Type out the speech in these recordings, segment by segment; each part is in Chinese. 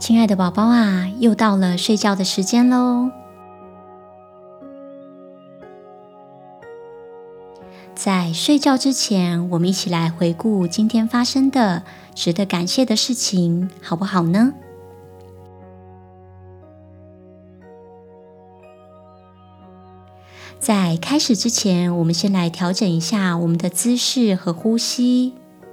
亲爱的宝宝啊，又到了睡觉的时间咯。在睡觉之前，我们一起来回顾今天发生的值得感谢的事情，好不好呢？在开始之前，我们先来调整一下我们的姿势和呼吸。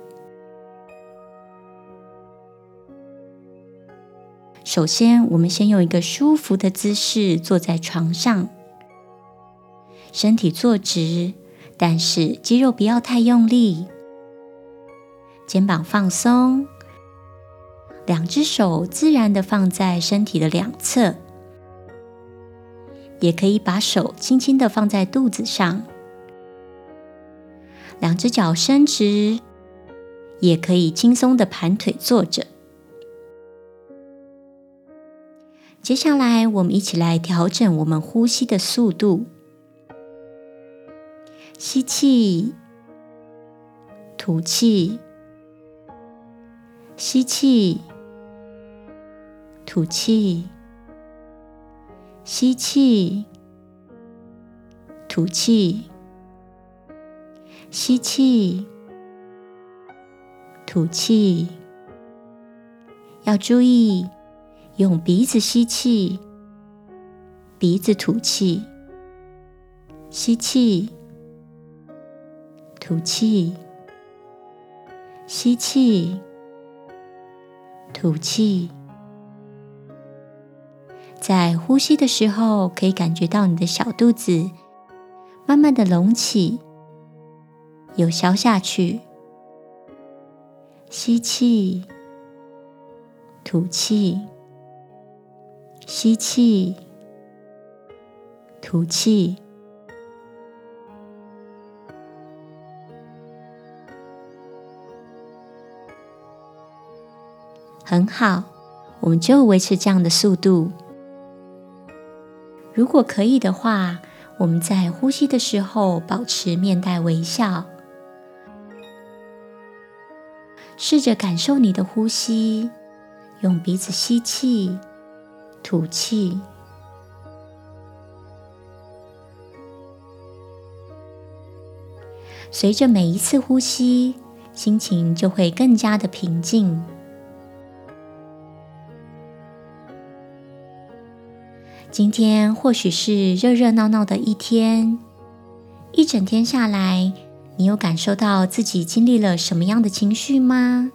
首先，我们先用一个舒服的姿势坐在床上，身体坐直，但是肌肉不要太用力，肩膀放松，两只手自然地放在身体的两侧，也可以把手轻轻地放在肚子上，两只脚伸直，也可以轻松地盘腿坐着。接下来，我们一起来调整我们呼吸的速度。吸气，吐气，吸气，吐气，吸气，吐气，吸气，吐气。要注意用鼻子吸气，鼻子吐气，吸气，吐气，吸气，吐气。在呼吸的时候，可以感觉到你的小肚子慢慢的隆起，又消下去。吸气，吐气，吸气，吐气。很好，我们就维持这样的速度。如果可以的话，我们在呼吸的时候保持面带微笑，试着感受你的呼吸，用鼻子吸气，吐气。随着每一次呼吸，心情就会更加的平静。今天或许是热热闹闹的一天，一整天下来，你有感受到自己经历了什么样的情绪吗？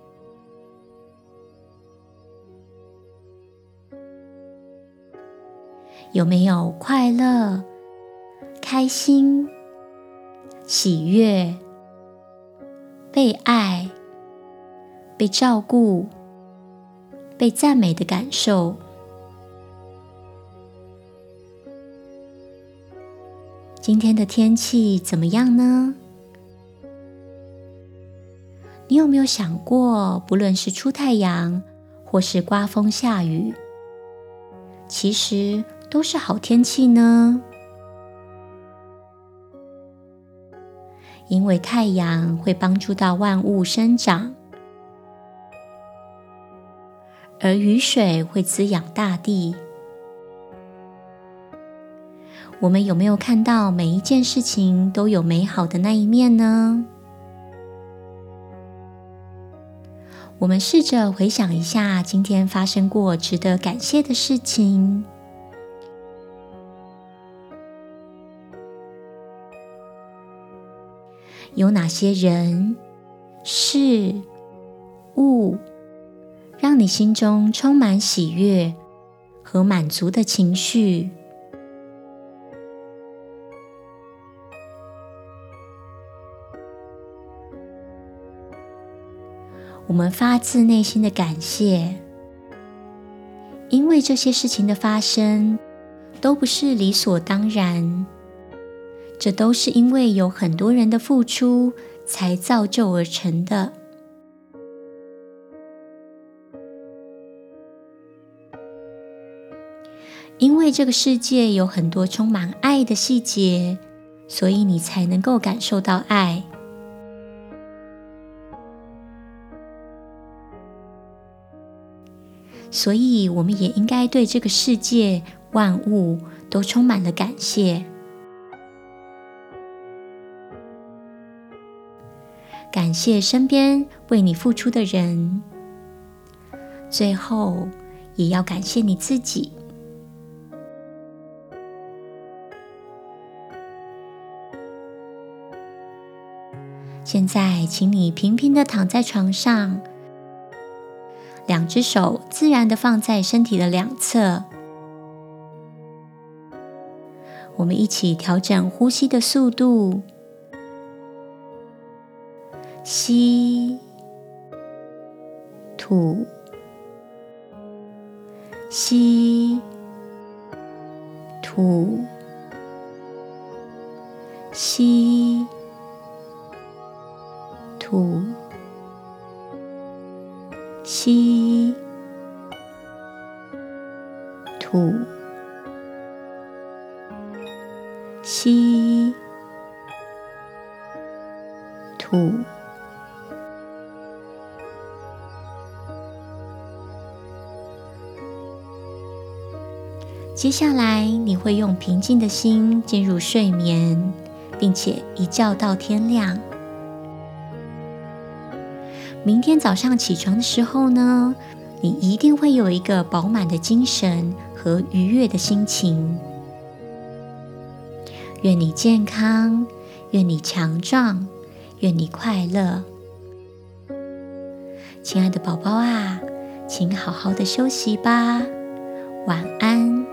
有没有快乐、开心、喜悦、被爱、被照顾、被赞美的感受？今天的天气怎么样呢？你有没有想过，不论是出太阳，或是刮风下雨，其实都是好天气呢？因为太阳会帮助到万物生长，而雨水会滋养大地。我们有没有看到每一件事情都有美好的那一面呢？我们试着回想一下今天发生过值得感谢的事情。有哪些人、事、物，让你心中充满喜悦和满足的情绪？我们发自内心的感谢，因为这些事情的发生都不是理所当然，这都是因为有很多人的付出才造就而成的。因为这个世界有很多充满爱的细节，所以你才能够感受到爱。 所以我们也应该对这个世界万物都充满了感谢。感谢身边为你付出的人，最后也要感谢你自己。现在，请你平平地躺在床上，两只手自然地放在身体的两侧。我们一起调整呼吸的速度，吸，吐，吸，吐，吸，吐，吸，吐，吸，吐。接下来，你会用平静的心进入睡眠，并且一觉到天亮。明天早上起床的时候呢，你一定会有一个饱满的精神和愉悦的心情。愿你健康，愿你强壮，愿你快乐。亲爱的宝宝啊，请好好的休息吧，晚安。